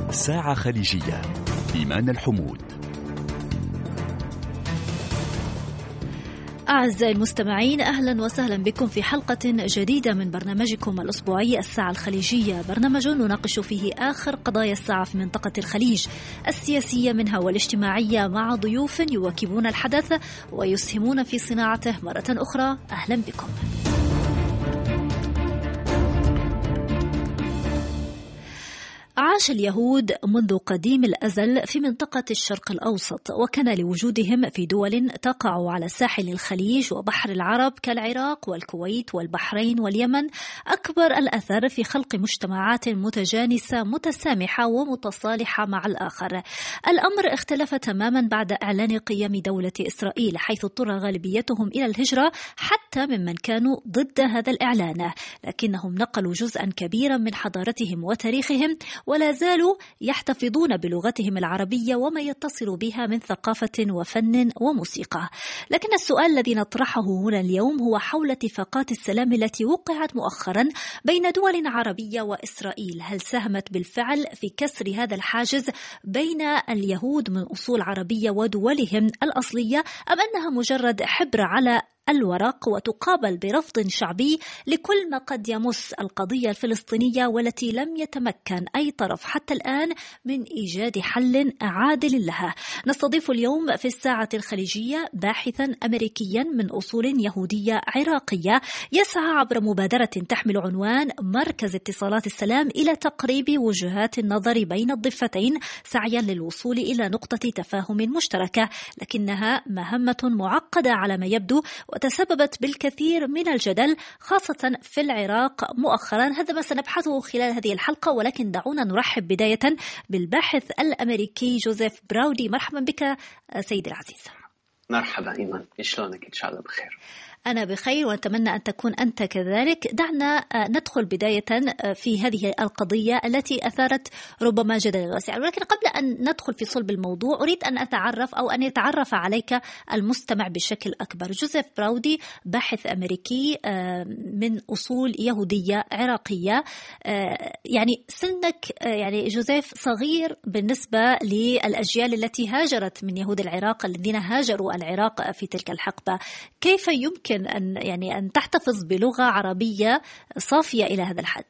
ساعة خليجية. إيمان الحمود. أعزائي المستمعين، أهلا وسهلا بكم في حلقة جديدة من برنامجكم الأسبوعي الساعة الخليجية، برنامج نناقش فيه آخر قضايا الساعة في منطقة الخليج السياسية منها والاجتماعية، مع ضيوف يواكبون الحدث ويسهمون في صناعته مرة أخرى. أهلا بكم. عاش اليهود منذ قديم الأزل في منطقة الشرق الأوسط، وكان لوجودهم في دول تقع على ساحل الخليج وبحر العرب كالعراق والكويت والبحرين واليمن أكبر الأثر في خلق مجتمعات متجانسة متسامحة ومتصالحة مع الآخر. الأمر اختلف تماما بعد إعلان قيام دولة إسرائيل، حيث اضطر غالبيتهم إلى الهجرة حتى ممن كانوا ضد هذا الإعلان، لكنهم نقلوا جزءا كبيرا من حضارتهم وتاريخهم، ولا زالوا يحتفظون بلغتهم العربية وما يتصل بها من ثقافة وفن وموسيقى. لكن السؤال الذي نطرحه هنا اليوم هو حول اتفاقات السلام التي وقعت مؤخرا بين دول عربية وإسرائيل. هل ساهمت بالفعل في كسر هذا الحاجز بين اليهود من أصول عربية ودولهم الأصلية، أم أنها مجرد حبر على الورق وتقابل برفض شعبي لكل ما قد يمس القضية الفلسطينية، والتي لم يتمكن أي طرف حتى الآن من إيجاد حل عادل لها؟ نستضيف اليوم في الساعة الخليجية باحثا أمريكيا من أصول يهودية عراقية يسعى عبر مبادرة تحمل عنوان مركز اتصالات السلام إلى تقريب وجهات النظر بين الضفتين سعيا للوصول إلى نقطة تفاهم مشتركة، لكنها مهمة معقدة على ما يبدو، وتسببت بالكثير من الجدل خاصة في العراق مؤخرا. هذا ما سنبحثه خلال هذه الحلقة، ولكن دعونا نرحب بداية بالباحث الأمريكي جوزيف براودي. مرحبا بك سيدي العزيز. مرحبا إيمان، شلونك؟ إن شاء الله بخير. أنا بخير وأتمنى أن تكون أنت كذلك. دعنا ندخل بداية في هذه القضية التي أثارت ربما جدلا واسعا، ولكن قبل أن ندخل في صلب الموضوع أريد أن أتعرف أو أن يتعرف عليك المستمع بشكل أكبر. جوزيف براودي باحث أمريكي من أصول يهودية عراقية، يعني سنك يعني جوزيف صغير بالنسبة للأجيال التي هاجرت من يهود العراق الذين هاجروا العراق في تلك الحقبة. كيف يمكن أن تحتفظ بلغة عربية صافية إلى هذا الحد؟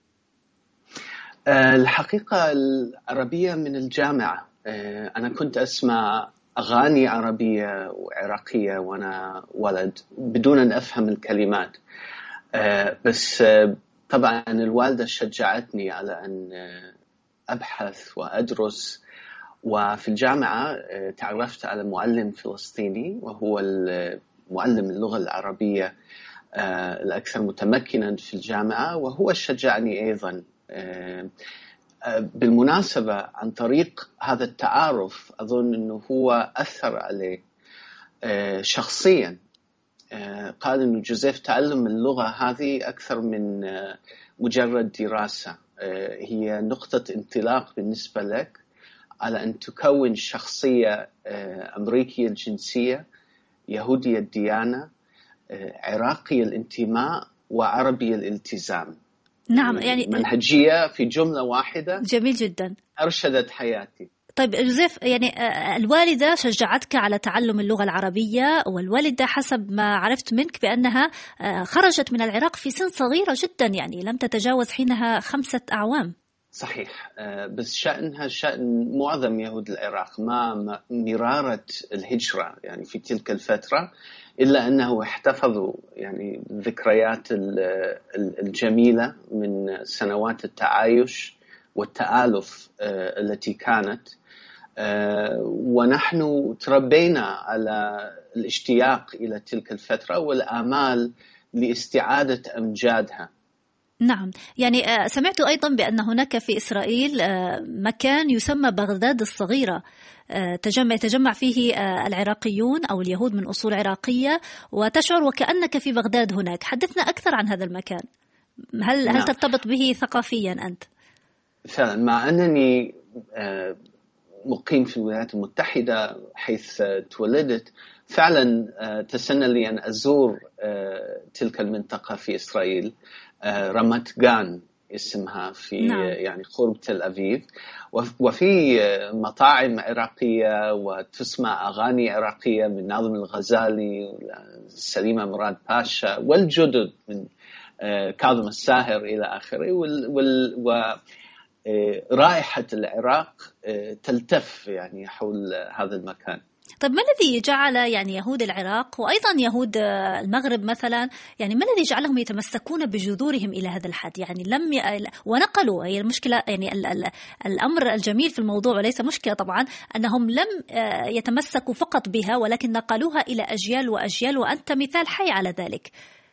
الحقيقة العربية من الجامعة. أنا كنت أسمع أغاني عربية وعراقية وأنا ولد بدون أن أفهم الكلمات، بس طبعا الوالدة شجعتني على أن أبحث وأدرس. وفي الجامعة تعرفت على معلم فلسطيني، وهو معلم اللغة العربية الأكثر متمكنا في الجامعة، وهو شجعني أيضا. بالمناسبة عن طريق هذا التعارف أظن أنه هو أثر عليه شخصيا. قال أنه جوزيف تعلم اللغة هذه أكثر من مجرد دراسة، هي نقطة انطلاق بالنسبة لك على أن تكون شخصية أمريكية الجنسية، يهودي الديانة، عراقي الانتماء، وعربي الالتزام. نعم، يعني منهجية في جملة واحدة. جميل جدا، أرشدت حياتي. طيب جوزيف، يعني الوالدة شجعتك على تعلم اللغة العربية، والوالدة حسب ما عرفت منك بأنها خرجت من العراق في سن صغيرة جدا، يعني لم تتجاوز حينها 5 أعوام. صحيح، بس شأنها شأن معظم يهود العراق، ما مرارة الهجرة يعني في تلك الفترة، إلا أنه احتفظوا يعني الذكريات الجميلة من سنوات التعايش والتآلف التي كانت. ونحن تربينا على الاشتياق إلى تلك الفترة والآمال لاستعادة أمجادها. نعم، يعني سمعت أيضا بأن هناك في إسرائيل مكان يسمى بغداد الصغيرة، يتجمع فيه العراقيون أو اليهود من أصول عراقية، وتشعر وكأنك في بغداد هناك. حدثنا أكثر عن هذا المكان. هل ترتبط به ثقافيا أنت؟ فعلا، مع أنني مقيم في الولايات المتحدة حيث تولدت، فعلا تسنى لي أن أزور تلك المنطقة في إسرائيل، رمت جان اسمها في نعم. يعني قرب تل أبيب، وفي مطاعم عراقية وتسمع أغاني عراقية من ناظم الغزالي سليمة مراد باشا والجدد من كاظم الساهر إلى آخره. ورائحة العراق تلتف يعني حول هذا المكان. طيب ما الذي جعل يعني يهود العراق وأيضا يهود المغرب مثلا، يعني ما الذي جعلهم يتمسكون بجذورهم إلى هذا الحد؟ يعني ونقلوا، هي المشكلة يعني الأمر الجميل في الموضوع وليس مشكلة طبعا أنهم لم يتمسكوا فقط بها ولكن نقلوها إلى أجيال وأجيال، وأنت مثال حي على ذلك.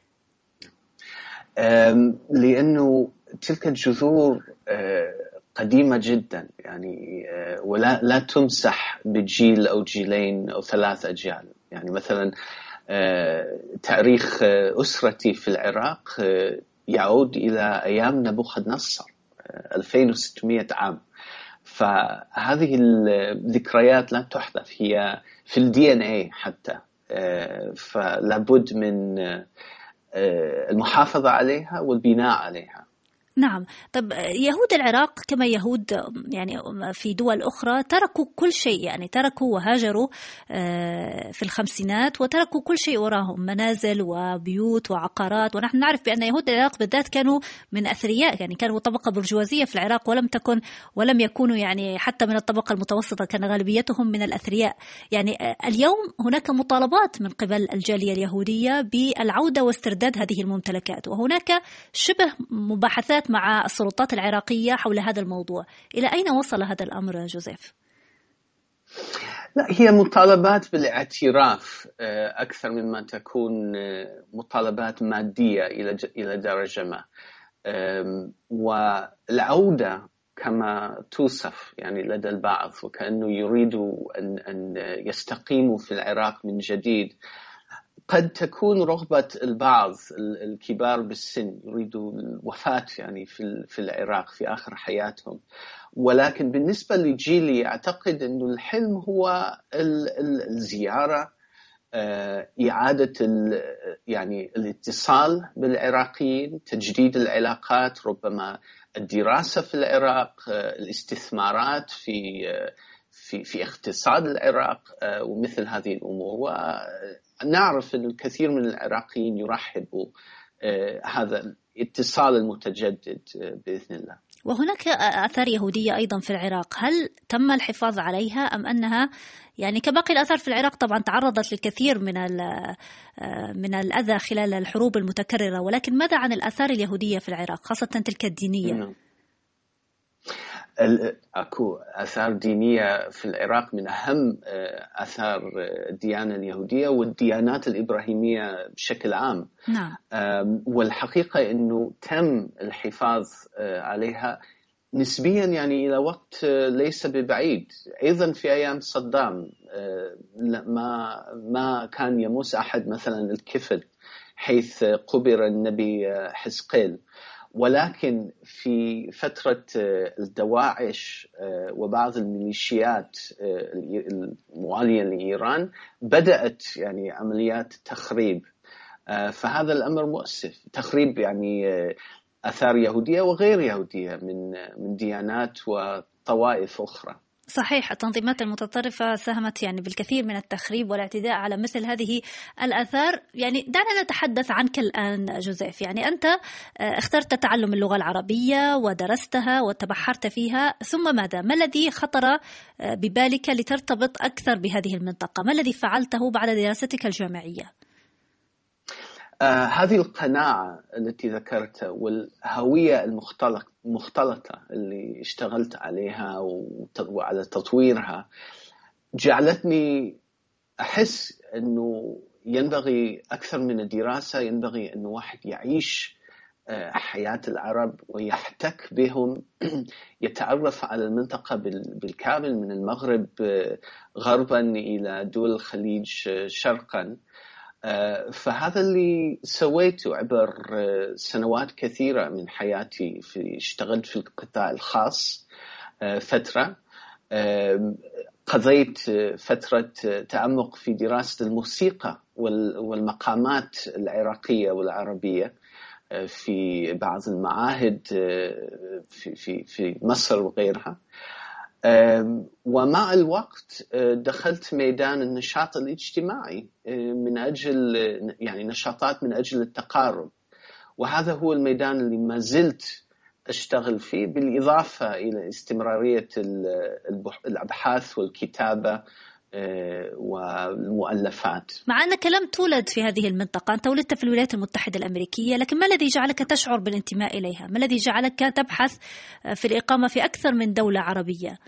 لأنه تلك الجذور قديمة جدا يعني، ولا تمسح بجيل أو جيلين أو 3 أجيال. يعني مثلا تاريخ أسرتي في العراق يعود إلى أيام نبوخذ نصر 2600 عام. فهذه الذكريات لا تحذف، هي في الDNA حتى، فلابد من المحافظة عليها والبناء عليها. نعم. طب يهود العراق كما يهود يعني في دول أخرى تركوا كل شيء، يعني تركوا وهاجروا في الخمسينات وتركوا كل شيء وراهم، منازل وبيوت وعقارات. ونحن نعرف بأن يهود العراق بالذات كانوا من أثرياء، يعني كانوا طبقة برجوازية في العراق، ولم يكونوا يعني حتى من الطبقة المتوسطة، كان غالبيتهم من الأثرياء. يعني اليوم هناك مطالبات من قبل الجالية اليهودية بالعودة واسترداد هذه الممتلكات، وهناك شبه مباحثات مع السلطات العراقية حول هذا الموضوع. إلى أين وصل هذا الأمر جوزيف؟ لا، هي مطالبات بالاعتراف أكثر مما تكون مطالبات مادية إلى درجة ما. والعودة كما توصف يعني لدى البعض وكأنه يريدوا أن يستقيموا في العراق من جديد، قد تكون رغبة البعض الكبار بالسن يريدوا الوفاة يعني في العراق في آخر حياتهم. ولكن بالنسبة لجيلي أعتقد أن الحلم هو الزيارة، إعادة يعني الاتصال بالعراقيين، تجديد العلاقات، ربما الدراسة في العراق، الاستثمارات في اقتصاد العراق ومثل هذه الأمور. ونعرف أن الكثير من العراقيين يرحبوا هذا الاتصال المتجدد بإذن الله. وهناك آثار يهودية أيضا في العراق، هل تم الحفاظ عليها أم أنها يعني كباقي الآثار في العراق طبعا تعرضت للكثير من الأذى خلال الحروب المتكررة، ولكن ماذا عن الآثار اليهودية في العراق خاصة تلك الدينية؟ أكو آثار دينية في العراق، من أهم آثار الديانة اليهودية والديانات الإبراهيمية بشكل عام. نعم. والحقيقة أنه تم الحفاظ عليها نسبيا يعني إلى وقت ليس ببعيد. أيضا في أيام صدام ما كان يمس أحد مثلا الكفل حيث قبر النبي حزقيل. ولكن في فترة الدواعش وبعض الميليشيات الموالية لإيران بدأت يعني عمليات تخريب. فهذا الأمر مؤسف، تخريب يعني آثار يهودية وغير يهودية من ديانات وطوائف أخرى. صحيح، التنظيمات المتطرفة ساهمت يعني بالكثير من التخريب والاعتداء على مثل هذه الآثار. يعني دعنا نتحدث عنك الآن جوزيف، يعني أنت اخترت تعلم اللغة العربية ودرستها وتبحرت فيها، ثم ماذا؟ ما الذي خطر ببالك لترتبط أكثر بهذه المنطقة؟ ما الذي فعلته بعد دراستك الجامعية؟ هذه القناعة التي ذكرتها والهوية المختلطة اللي اشتغلت عليها وعلى تطويرها جعلتني أحس أنه ينبغي أكثر من الدراسة، ينبغي أنه واحد يعيش حياة العرب ويحتك بهم، يتعرف على المنطقة بالكامل من المغرب غربا إلى دول الخليج شرقا. فهذا اللي سويته عبر سنوات كثيرة من حياتي. اشتغلت في القطاع الخاص فترة، قضيت فترة تعمق في دراسة الموسيقى والمقامات العراقية والعربية في بعض المعاهد في مصر وغيرها. ومع الوقت دخلت ميدان النشاط الاجتماعي من أجل يعني نشاطات من أجل التقارب، وهذا هو الميدان اللي ما زلت أشتغل فيه، بالإضافة إلى استمرارية الأبحاث والكتابة والمؤلفات. مع أنك لم تولد في هذه المنطقة، أنت ولدت في الولايات المتحدة الأمريكية، لكن ما الذي جعلك تشعر بالانتماء إليها؟ ما الذي جعلك تبحث في الإقامة في أكثر من دولة عربية؟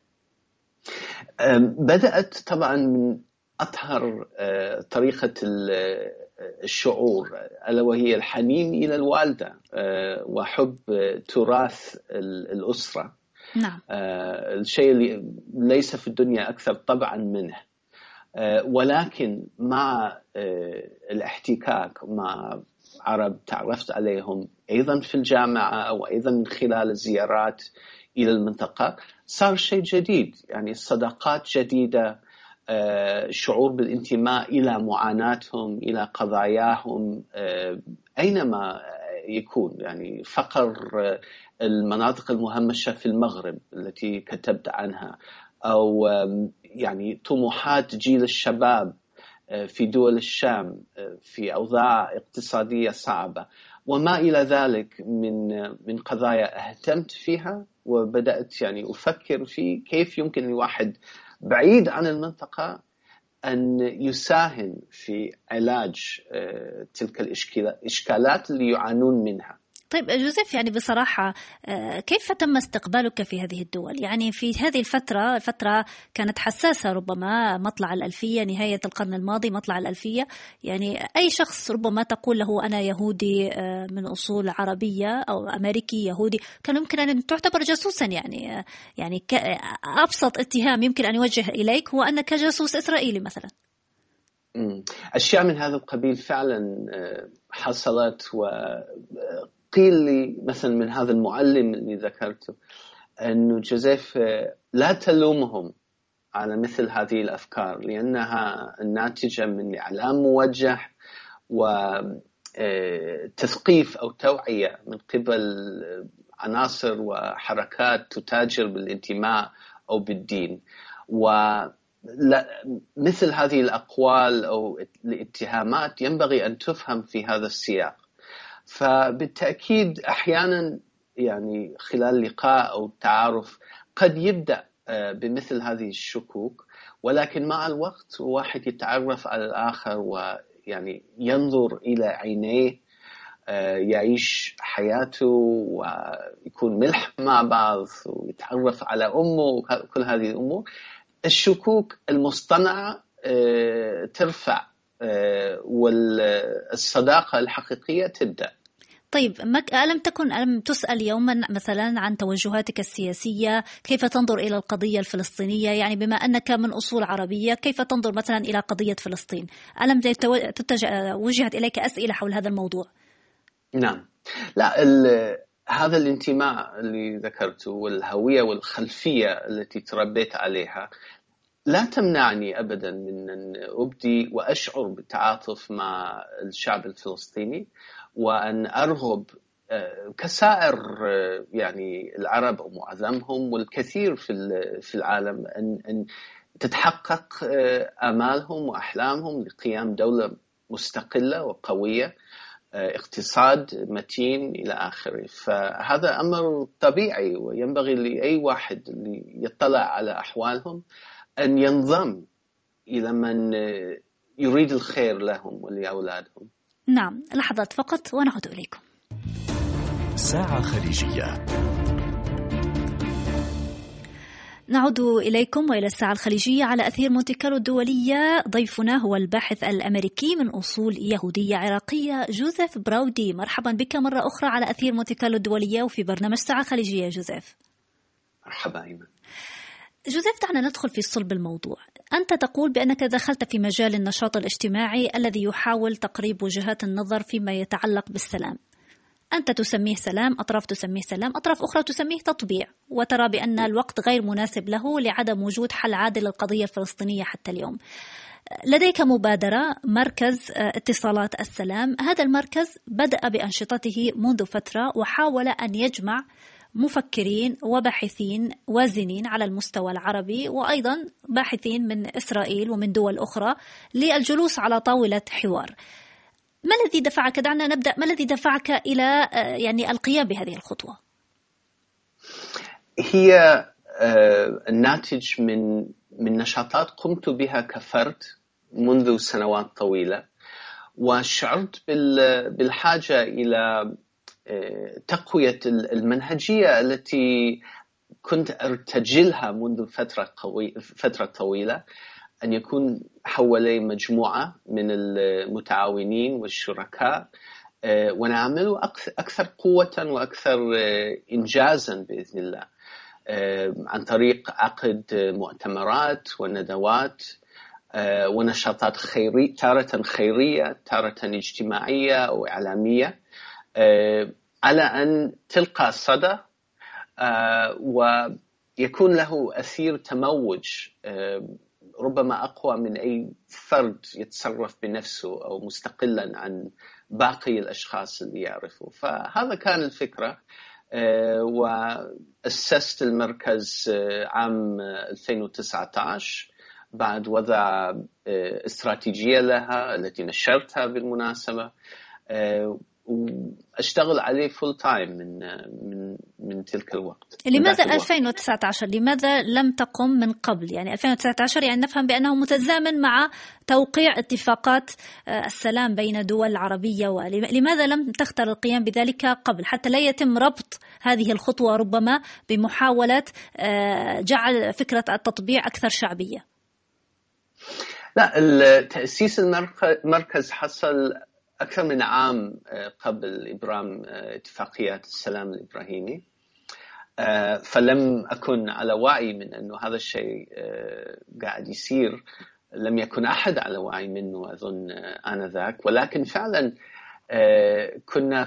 بدأت طبعا من أطهر طريقة الشعور، ألا وهي الحنين إلى الوالدة وحب تراث الأسرة. نعم. الشيء اللي ليس في الدنيا أكثر طبعا منه، ولكن مع الاحتكاك مع عرب تعرفت عليهم أيضا في الجامعة أو أيضا من خلال الزيارات إلى المنطقة، صار شيء جديد، يعني صداقات جديدة، شعور بالانتماء إلى معاناتهم، إلى قضاياهم أينما يكون، يعني فقر المناطق المهمشة في المغرب التي كتبت عنها، أو يعني طموحات جيل الشباب في دول الشام في أوضاع اقتصادية صعبة وما إلى ذلك من قضايا اهتمت فيها، وبدأت يعني أفكر في كيف يمكن الواحد بعيد عن المنطقة أن يساهم في علاج تلك الإشكالات اللي يعانون منها. طيب جوزيف، يعني بصراحة كيف تم استقبالك في هذه الدول؟ يعني في هذه الفترة كانت حساسة، ربما مطلع الألفية، نهاية القرن الماضي، مطلع الألفية، يعني أي شخص ربما تقول له أنا يهودي من أصول عربية أو أمريكي يهودي كان يمكن أن تعتبر جاسوسا، يعني أبسط اتهام يمكن أن يوجه إليك هو أنك جاسوس إسرائيلي مثلا. أشياء من هذا القبيل فعلا حصلت، قيل لي مثلا من هذا المعلم اللي ذكرته أنه جوزيف لا تلومهم على مثل هذه الأفكار، لأنها الناتجة من إعلام موجه وتثقيف أو توعية من قبل عناصر وحركات تتاجر بالانتماء أو بالدين. ومثل هذه الأقوال أو الاتهامات ينبغي أن تفهم في هذا السياق. فبالتأكيد أحيانا يعني خلال لقاء أو تعارف قد يبدأ بمثل هذه الشكوك، ولكن مع الوقت واحد يتعرف على الآخر ويعني ينظر إلى عينيه، يعيش حياته ويكون ملح مع بعض ويتعرف على أمه وكل هذه الأمور، الشكوك المصطنعة ترفع والصداقة الحقيقية تبدأ. طيب ألم تسأل يوما مثلا عن توجهاتك السياسية؟ كيف تنظر إلى القضية الفلسطينية؟ يعني بما أنك من أصول عربية، كيف تنظر مثلا إلى قضية فلسطين؟ ألم وجهت إليك أسئلة حول هذا الموضوع؟ نعم، لا، هذا الانتماء اللي ذكرته والهوية والخلفية التي تربيت عليها لا تمنعني أبدا من أن أبدي وأشعر بالتعاطف مع الشعب الفلسطيني، وأن أرغب كسائر يعني العرب أو معظمهم والكثير في العالم أن تتحقق آمالهم وأحلامهم لقيام دولة مستقلة وقوية، اقتصاد متين إلى آخره. فهذا أمر طبيعي، وينبغي لأي واحد اللي يطلع على أحوالهم أن ينضم إلى من يريد الخير لهم ولأولادهم. نعم، لحظات فقط ونعود إليكم. ساعة خليجية. نعود إليكم وإلى الساعة الخليجية على أثير مونتي كارلو الدولية. ضيفنا هو الباحث الأمريكي من أصول يهودية عراقية جوزيف براودي. مرحبا بك مرة أخرى على أثير مونتي كارلو الدولية وفي برنامج ساعة خليجية. جوزيف، مرحبا. أيمن. جوزيف، دعنا ندخل في صلب الموضوع. أنت تقول بأنك دخلت في مجال النشاط الاجتماعي الذي يحاول تقريب وجهات النظر فيما يتعلق بالسلام. أنت تسميه سلام، أطراف تسميه سلام، أطراف أخرى تسميه تطبيع، وترى بأن الوقت غير مناسب له لعدم وجود حل عادل للقضية الفلسطينية حتى اليوم. لديك مبادرة مركز اتصالات السلام. هذا المركز بدأ بأنشطته منذ فترة وحاول أن يجمع مفكرين وباحثين وازنين على المستوى العربي وأيضا باحثين من إسرائيل ومن دول أخرى للجلوس على طاولة حوار. ما الذي دفعك؟ دعنا نبدأ. ما الذي دفعك إلى يعني القيام بهذه الخطوة؟ هي الناتج من نشاطات قمت بها كفرد منذ سنوات طويلة، وشعرت بالحاجة إلى تقوية المنهجية التي كنت أرتجلها منذ فترة طويلة، أن يكون حوالي مجموعة من المتعاونين والشركاء ونعمل أكثر قوة وأكثر إنجازا بإذن الله عن طريق عقد مؤتمرات وندوات ونشاطات خيرية، تارة خيرية، تارة اجتماعية أو إعلامية، على أن تلقى صدى ويكون له أثير تموج ربما أقوى من أي فرد يتصرف بنفسه أو مستقلا عن باقي الأشخاص اللي يعرفوا. فهذا كان الفكرة، وأسست المركز عام 2019 بعد وضع استراتيجية لها التي نشرتها بالمناسبة، وأشتغل عليه فول تايم من تلك الوقت. لماذا 2019؟ لماذا لم تقم من قبل؟ يعني 2019 يعني نفهم بأنه متزامن مع توقيع اتفاقات السلام بين دول عربية، ولماذا لم تختار القيام بذلك قبل حتى لا يتم ربط هذه الخطوة ربما بمحاولة جعل فكرة التطبيع أكثر شعبية؟ لا، تأسيس المركز حصل أكثر من عام قبل إبرام اتفاقيات السلام الإبراهيمي، فلم أكن على وعي من أنه هذا الشيء قاعد يصير. لم يكن أحد على وعي منه أظن آنذاك، ولكن فعلا كنا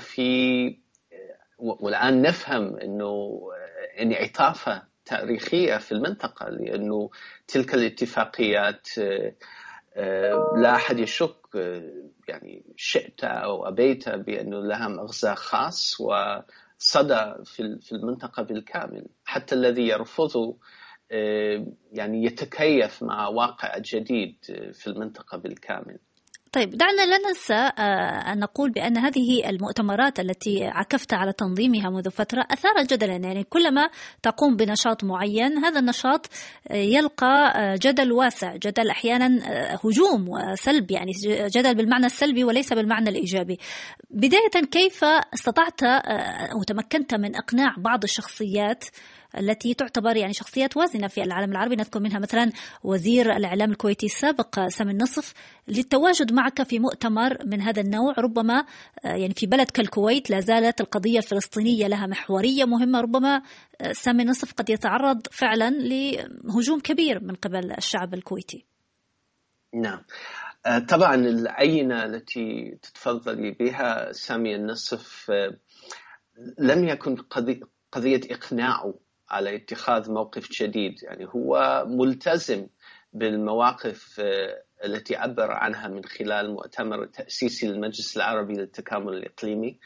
والآن نفهم أنه عطافة تاريخية في المنطقة، لأنه تلك الاتفاقيات لا أحد يشك يعني شئت أو أبيت بأنه لها مغزى خاص وصدى في المنطقة بالكامل. حتى الذي يرفضه يعني يتكيف مع واقع جديد في المنطقة بالكامل. طيب دعنا لا ننسى أن نقول بأن هذه المؤتمرات التي عكفت على تنظيمها منذ فترة أثارت جدلا، يعني كلما تقوم بنشاط معين هذا النشاط يلقى جدل واسع، جدل أحيانا هجوم وسلب، يعني جدل بالمعنى السلبي وليس بالمعنى الإيجابي. بداية كيف استطعت أو تمكنت من إقناع بعض الشخصيات التي تعتبر يعني شخصيات وازنة في العالم العربي، نذكر منها مثلا وزير الإعلام الكويتي السابق سامي النصف، للتواجد معك في مؤتمر من هذا النوع؟ ربما يعني في بلد كالكويت لا زالت القضية الفلسطينية لها محورية مهمة، ربما سامي النصف قد يتعرض فعلا لهجوم كبير من قبل الشعب الكويتي. نعم، طبعا العينة التي تتفضلي بها سامي النصف لم يكن قضية إقناعه على اتخاذ موقف جديد، يعني هو ملتزم بالمواقف التي عبر عنها من خلال مؤتمر تأسيسي للمجلس العربي للتكامل الإقليمي،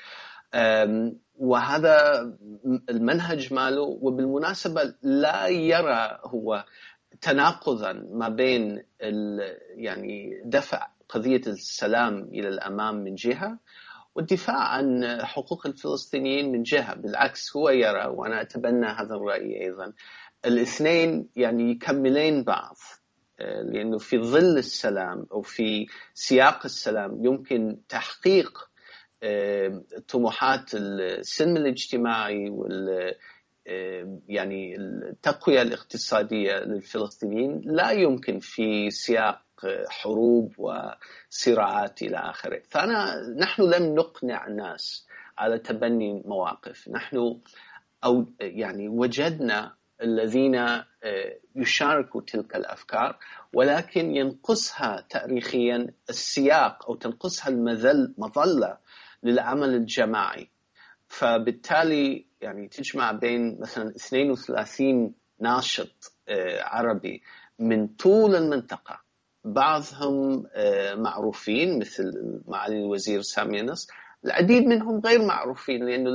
وهذا المنهج ماله. وبالمناسبة لا يرى هو تناقضا ما بين يعني دفع قضية السلام إلى الأمام من جهة والدفاع عن حقوق الفلسطينيين من جهة. بالعكس هو يرى، وأنا أتبنى هذا الرأي أيضا، الاثنين يعني يكملين بعض، لأنه في ظل السلام أو في سياق السلام يمكن تحقيق طموحات السلم الاجتماعي يعني التقوية الاقتصادية للفلسطينيين، لا يمكن في سياق حروب وصراعات إلى آخره. نحن لم نقنع الناس على تبني مواقف، نحن يعني وجدنا الذين يشاركوا تلك الأفكار، ولكن ينقصها تاريخيا السياق أو تنقصها المظلة للعمل الجماعي. فبالتالي يعني تجمع بين مثلا 32 ناشط عربي من طول المنطقة، بعضهم معروفين مثل معالي الوزير سامي نصر، العديد منهم غير معروفين لأنه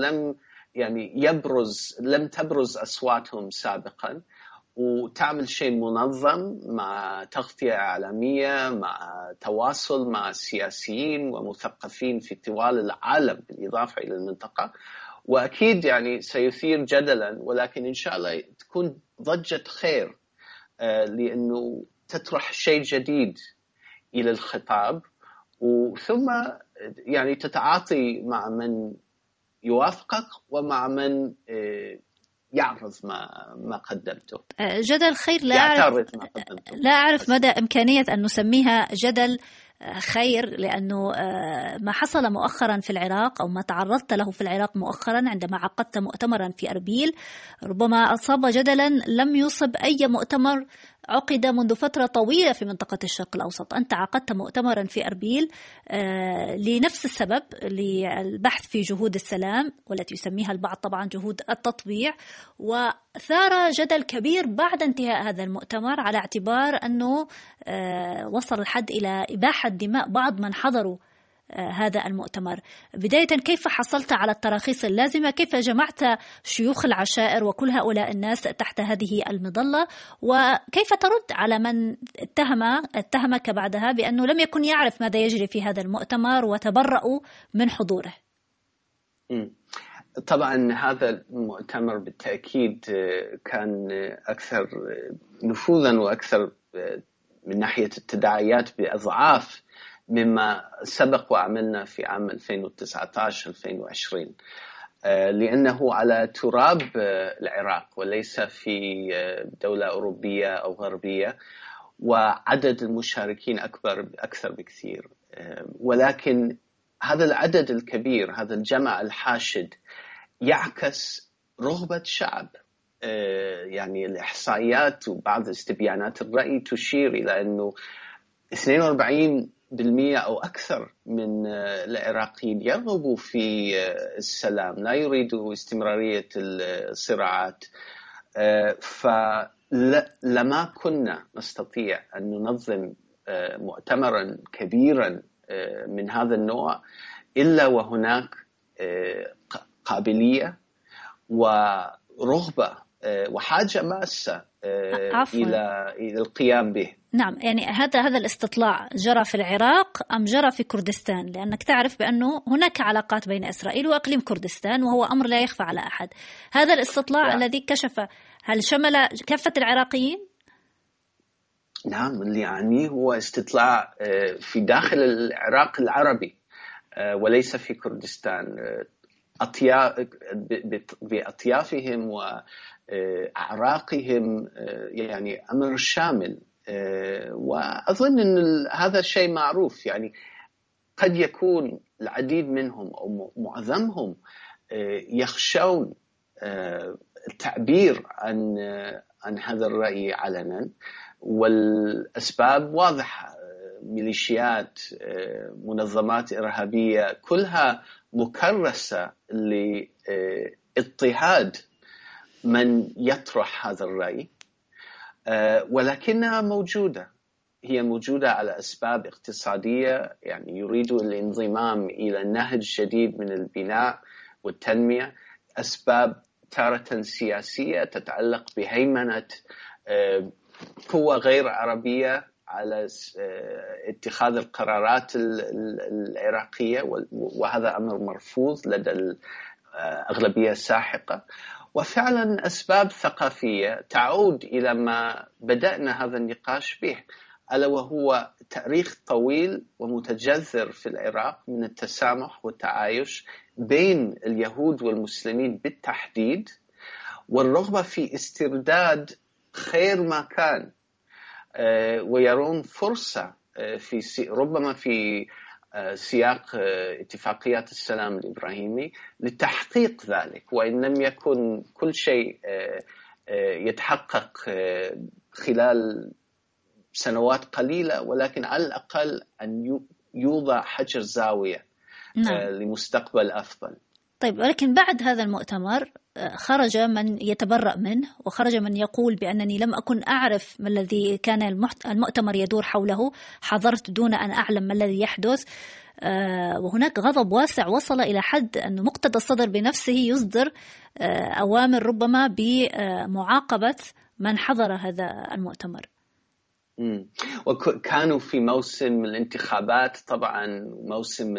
لم تبرز أصواتهم سابقا، وتعمل شيء منظم مع تغطية إعلامية مع تواصل مع سياسيين ومثقفين في طوال العالم بالإضافة إلى المنطقة. وأكيد يعني سيثير جدلا، ولكن إن شاء الله تكون ضجة خير لأنه تطرح شيء جديد إلى الخطاب، وثم يعني تتعاطي مع من يوافقك ومع من يعرض ما قدمته. جدل خير لا أعرف مدى إمكانية أن نسميها جدل خير، لأنه ما حصل مؤخرا في العراق أو ما تعرضت له في العراق مؤخرا عندما عقدت مؤتمرا في أربيل ربما أصاب جدلا لم يصب أي مؤتمر عقد منذ فترة طويلة في منطقة الشرق الأوسط. أنت عقدت مؤتمرا في أربيل لنفس السبب، للبحث في جهود السلام والتي يسميها البعض طبعا جهود التطبيع، وثار جدل كبير بعد انتهاء هذا المؤتمر على اعتبار أنه وصل الحد إلى إباحة دماء بعض من حضروا هذا المؤتمر. بداية، كيف حصلت على التراخيص اللازمة؟ كيف جمعت شيوخ العشائر وكل هؤلاء الناس تحت هذه المظلة؟ وكيف ترد على من اتهمك بعدها بأنه لم يكن يعرف ماذا يجري في هذا المؤتمر وتبرأوا من حضوره؟ طبعا هذا المؤتمر بالتأكيد كان أكثر نفوذا وأكثر من ناحية التداعيات بأضعاف مما سبق وعملنا في عام 2019-2020، لأنه على تراب العراق وليس في دولة أوروبية أو غربية، وعدد المشاركين أكثر بكثير. ولكن هذا العدد الكبير، هذا الجمع الحاشد يعكس رغبة شعب. يعني الإحصائيات وبعض استبيانات الرأي تشير إلى أنه 42% أو أكثر من العراقيين يرغبوا في السلام، لا يريدوا استمرارية الصراعات. فلما كنا نستطيع أن ننظم مؤتمرا كبيرا من هذا النوع إلا وهناك قابلية ورغبة وحاجة ماسة إلى القيام به. نعم، يعني هذا الاستطلاع جرى في العراق أم جرى في كردستان؟ لأنك تعرف بأنه هناك علاقات بين إسرائيل وإقليم كردستان، وهو أمر لا يخفى على أحد. هذا الاستطلاع الذي كشف، هل شمل كافة العراقيين؟ نعم، اللي يعني هو استطلاع في داخل العراق العربي وليس في كردستان، بأطيافهم وأعراقهم، يعني أمر شامل. وأظن أن هذا الشيء معروف. يعني قد يكون العديد منهم أو معظمهم يخشون التعبير عن هذا الرأي علنا، والأسباب واضحة. ميليشيات، منظمات إرهابية، كلها مكرسة لاضطهاد من يطرح هذا الرأي، ولكنها موجودة. هي موجودة على أسباب اقتصادية، يعني يريدوا الانضمام إلى نهج جديد من البناء والتنمية. أسباب تارة سياسية تتعلق بهيمنة قوة غير عربية على اتخاذ القرارات العراقية، وهذا أمر مرفوض لدى الأغلبية الساحقة. وفعلا أسباب ثقافية تعود إلى ما بدأنا هذا النقاش به، ألا وهو تاريخ طويل ومتجذر في العراق من التسامح والتعايش بين اليهود والمسلمين بالتحديد، والرغبة في استرداد خير ما كان، ويرون فرصة ربما في سياق اتفاقيات السلام الإبراهيمي لتحقيق ذلك، وإن لم يكن كل شيء يتحقق خلال سنوات قليلة، ولكن على الأقل أن يوضع حجر زاوية لمستقبل أفضل. طيب، ولكن بعد هذا المؤتمر خرج من يتبرأ منه، وخرج من يقول بأنني لم أكن أعرف ما الذي كان المؤتمر يدور حوله، حضرت دون أن أعلم ما الذي يحدث. وهناك غضب واسع وصل إلى حد أن مقتدى الصدر بنفسه يصدر أوامر ربما بمعاقبة من حضر هذا المؤتمر. وكانوا في موسم الانتخابات طبعا، موسم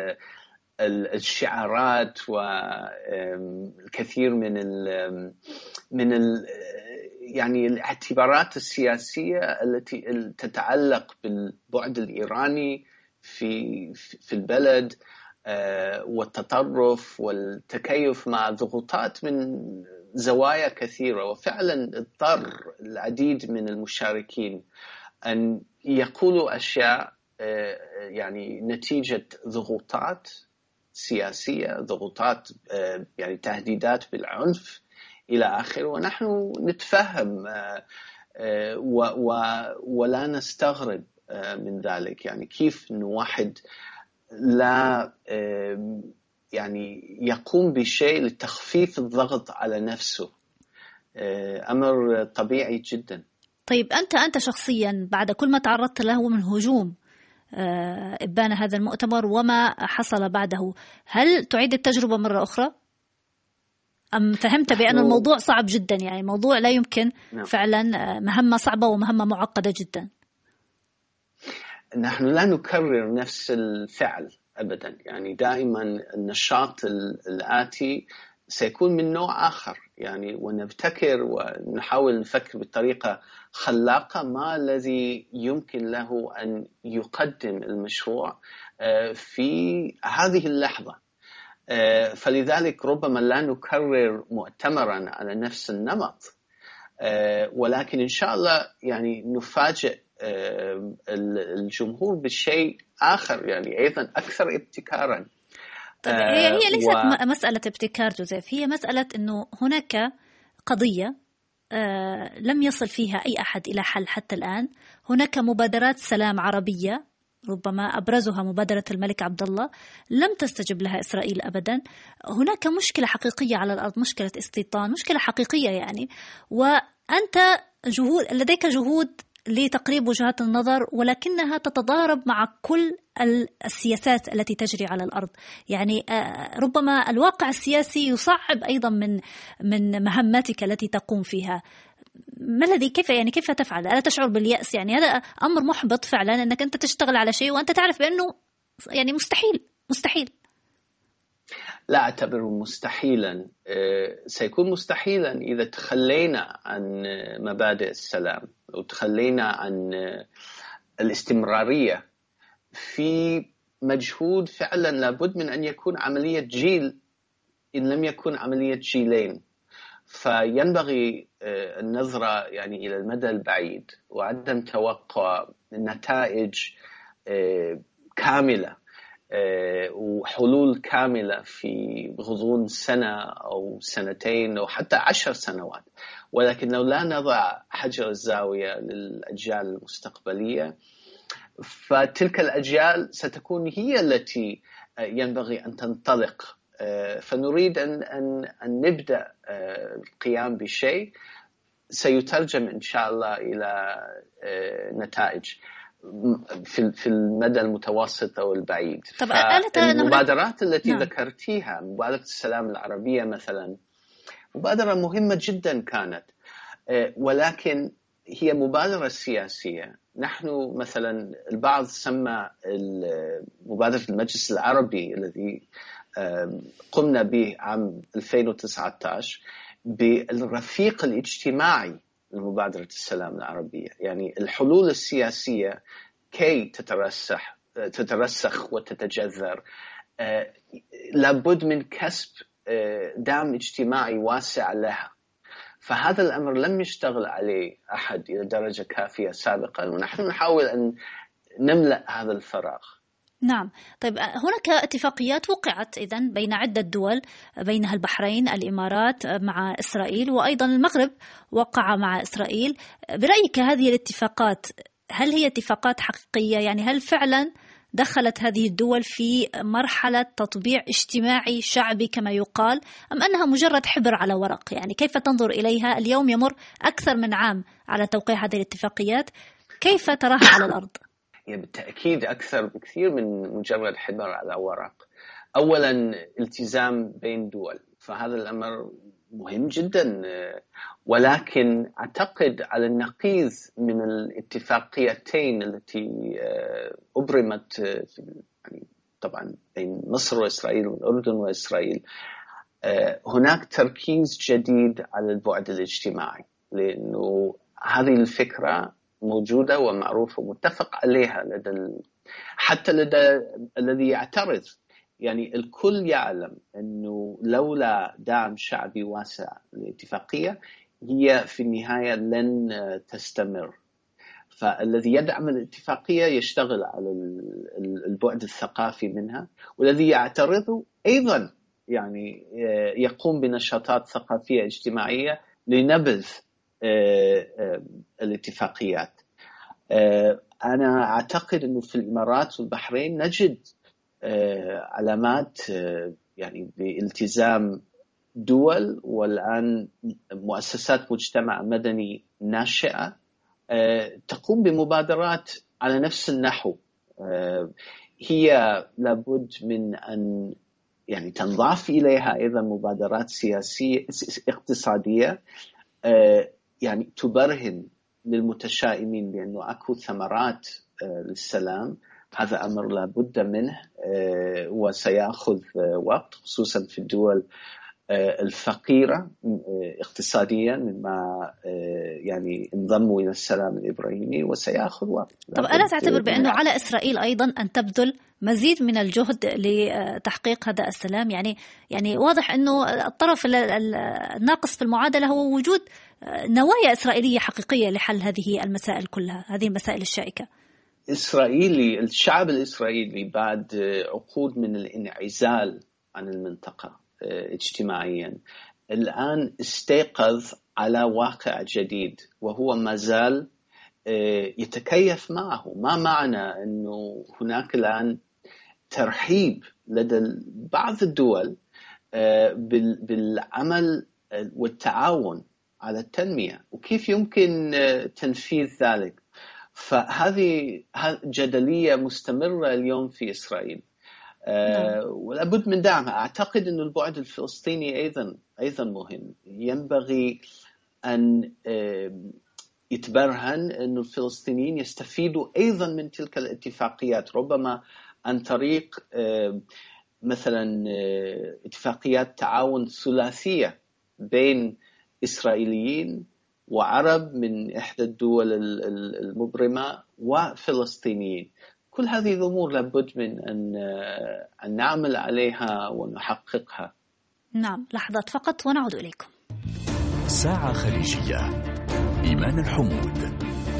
الشعارات والكثير من يعني الاعتبارات السياسية التي تتعلق بالبعد الإيراني في البلد، والتطرف والتكيف مع ضغوطات من زوايا كثيرة. وفعلا اضطر العديد من المشاركين أن يقولوا أشياء يعني نتيجة ضغوطات سياسية، ضغوطات يعني تهديدات بالعنف إلى آخره. ونحن نتفهم ولا نستغرب من ذلك. يعني كيف إنه واحد لا يعني يقوم بشيء لتخفيف الضغط على نفسه، أمر طبيعي جدا. طيب، أنت شخصيا بعد كل ما تعرضت له من هجوم إبان هذا المؤتمر وما حصل بعده، هل تعيد التجربة مرة أخرى؟ أم فهمت بأن الموضوع صعب جدا، يعني موضوع لا يمكن فعلا، مهمة صعبة ومهمة معقدة جدا؟ نحن لا نكرر نفس الفعل أبدا، يعني دائما النشاط الآتي سيكون من نوع آخر، يعني ونبتكر ونحاول نفكر بطريقة خلاقة ما الذي يمكن له أن يقدم المشروع في هذه اللحظة. فلذلك ربما لا نكرر مؤتمرا على نفس النمط، ولكن إن شاء الله يعني نفاجئ الجمهور بشيء آخر، يعني أيضا أكثر ابتكارا. طيب، هي ليست مسألة ابتكار جوزيف، هي مسألة أنه هناك قضية لم يصل فيها أي أحد إلى حل حتى الآن. هناك مبادرات سلام عربية، ربما أبرزها مبادرة الملك عبد الله، لم تستجب لها إسرائيل أبدا. هناك مشكلة حقيقية على الأرض، مشكلة استيطان، مشكلة حقيقية يعني. وأنت لديك جهود لتقريب وجهات النظر، ولكنها تتضارب مع كل السياسات التي تجري على الأرض. يعني ربما الواقع السياسي يصعب أيضا من مهماتك التي تقوم فيها. ما الذي كيف تفعل؟ ألا تشعر باليأس؟ يعني هذا أمر محبط فعلا، أنك أنت تشتغل على شيء وأنت تعرف بأنه يعني مستحيل. لا أعتبره مستحيلا. سيكون مستحيلا إذا تخلينا عن مبادئ السلام وتخلينا عن الاستمرارية في مجهود فعلا لابد من أن يكون عملية جيل إن لم يكن عملية جيلين. فينبغي النظرة يعني إلى المدى البعيد وعدم توقع نتائج كاملة وحلول كاملة في غضون سنة أو سنتين أو حتى 10 سنوات. ولكن لو لا نضع حجر الزاوية للأجيال المستقبلية، فتلك الأجيال ستكون هي التي ينبغي أن تنطلق. فنريد أن نبدأ القيام بشيء سيترجم إن شاء الله إلى نتائج في المدى المتوسط أو البعيد. المبادرات التي ذكرتيها، مبادرة السلام العربية مثلا، مبادرة مهمة جدا كانت، ولكن هي مبادرة سياسية. نحن مثلا البعض سمى مبادرة المجلس العربي الذي قمنا به عام 2019 بالرفيق الاجتماعي لمبادرة السلام العربية. يعني الحلول السياسية كي تترسخ وتتجذر لابد من كسب دعم اجتماعي واسع لها. فهذا الأمر لم يشتغل عليه أحد إلى درجة كافية سابقا، ونحن نحاول أن نملأ هذا الفراغ. نعم. طيب، هناك اتفاقيات وقعت إذن بين عدة دول، بينها البحرين، الإمارات مع إسرائيل، وأيضا المغرب وقع مع إسرائيل. برأيك هذه الاتفاقات هل هي اتفاقات حقيقية؟ يعني هل فعلا دخلت هذه الدول في مرحلة تطبيع اجتماعي شعبي كما يقال، أم أنها مجرد حبر على ورق؟ يعني كيف تنظر إليها اليوم يمر أكثر من عام على توقيع هذه الاتفاقيات، كيف تراها على الأرض؟ بالتأكيد أكثر بكثير من مجرد حبر على ورق. أولا التزام بين دول، فهذا الأمر مهم جدا، ولكن أعتقد على النقيض من الاتفاقيتين التي أبرمت يعني طبعا بين مصر وإسرائيل والأردن وإسرائيل، هناك تركيز جديد على البعد الاجتماعي، لأنه هذه الفكرة موجودة ومعروفة ومتفق عليها حتى لدى الذي يعترض. يعني الكل يعلم أنه لولا دعم شعبي واسع للاتفاقية هي في النهاية لن تستمر. فالذي يدعم الاتفاقية يشتغل على البعد الثقافي منها، والذي يعترض أيضا يعني يقوم بنشاطات ثقافية اجتماعية لنبذ الاتفاقيات. أنا أعتقد أنه في الإمارات والبحرين نجد علامات يعني بالتزام دول، والآن مؤسسات مجتمع مدني ناشئة تقوم بمبادرات على نفس النحو. هي لابد من أن يعني تنضاف إليها أيضا مبادرات سياسية اقتصادية يعني تبرهن للمتشائمين بأنه أكو ثمرات للسلام. هذا أمر لابد منه وسيأخذ وقت، خصوصا في الدول الفقيرة اقتصاديا مما يعني انضموا إلى السلام الإبراهيمي، وسيأخذ وقت. طب ألا تعتبر بأنه على إسرائيل أيضا أن تبذل مزيد من الجهد لتحقيق هذا السلام؟ يعني واضح أنه الطرف الناقص في المعادلة هو وجود نوايا إسرائيلية حقيقية لحل هذه المسائل كلها، هذه المسائل الشائكة. الشعب الإسرائيلي بعد عقود من الانعزال عن المنطقة اجتماعيا الآن استيقظ على واقع جديد، وهو ما زال يتكيف معه. ما معنى أنه هناك الآن ترحيب لدى بعض الدول بالعمل والتعاون على التنمية، وكيف يمكن تنفيذ ذلك؟ فهذه جدلية مستمرة اليوم في إسرائيل، ولابد من دعمها. أعتقد أن البعد الفلسطيني أيضا مهم. ينبغي أن يتبرهن أن الفلسطينيين يستفيدوا أيضا من تلك الاتفاقيات، ربما عن طريق مثلا اتفاقيات تعاون ثلاثية بين إسرائيليين وعرب من إحدى الدول المبرمة وفلسطينيين. كل هذه الأمور لابد من أن نعمل عليها ونحققها. نعم، لحظات فقط ونعود إليكم. ساعة خليجية، إيمان الحمود.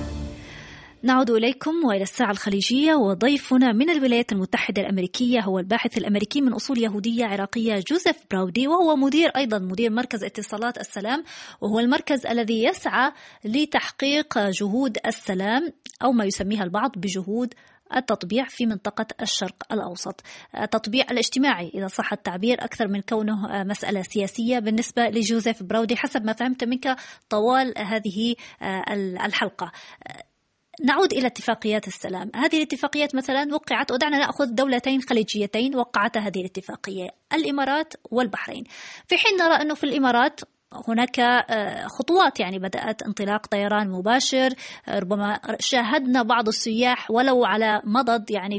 نعود إليكم وإلى الساعة الخليجية، وضيفنا من الولايات المتحدة الأمريكية هو الباحث الأمريكي من أصول يهودية عراقية جوزيف براودي، وهو أيضا مدير مركز اتصالات السلام، وهو المركز الذي يسعى لتحقيق جهود السلام أو ما يسميها البعض بجهود التطبيع في منطقة الشرق الأوسط. التطبيع الاجتماعي إذا صح التعبير أكثر من كونه مسألة سياسية بالنسبة لجوزيف براودي حسب ما فهمت منك طوال هذه الحلقة. نعود إلى اتفاقيات السلام. هذه الاتفاقيات مثلا وقعت، ودعنا نأخذ دولتين خليجيتين وقعت هذه الاتفاقية، الإمارات والبحرين، في حين نرى أنه في الإمارات هناك خطوات، يعني بدأت انطلاق طيران مباشر، ربما شاهدنا بعض السياح ولو على مضض يعني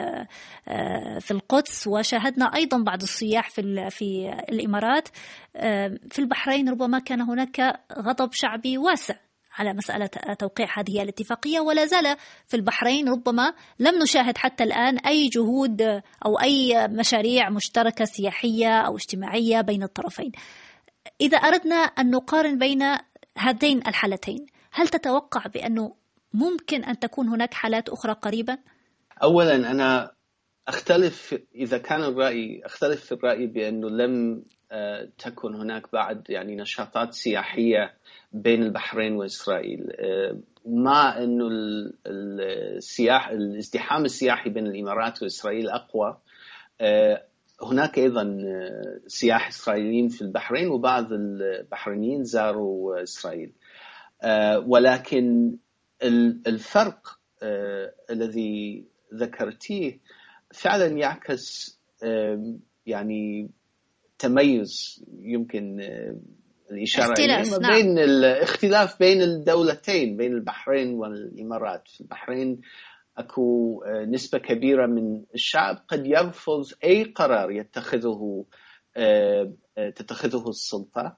في القدس، وشاهدنا أيضا بعض السياح في الإمارات. في البحرين ربما كان هناك غضب شعبي واسع على مسألة توقيع هذه الاتفاقية، ولا زال في البحرين ربما لم نشاهد حتى الآن أي جهود أو أي مشاريع مشتركة سياحية أو اجتماعية بين الطرفين. إذا أردنا أن نقارن بين هذين الحالتين، هل تتوقع بأنه ممكن أن تكون هناك حالات أخرى قريبا؟ أولا أنا أختلف في الرأي بأنه لم تكن هناك بعد يعني نشاطات سياحية بين البحرين وإسرائيل. مع أنه الازدحام السياحي بين الإمارات وإسرائيل أقوى، هناك أيضا سياح إسرائيليين في البحرين، وبعض البحرينيين زاروا إسرائيل. ولكن الفرق الذي ذكرتيه فعلا يعكس يعني تميز يمكن الإشارة إليه بين الاختلاف بين الدولتين، بين البحرين والإمارات. في البحرين أكو نسبة كبيرة من الشعب قد يرفض أي قرار تتخذه السلطة،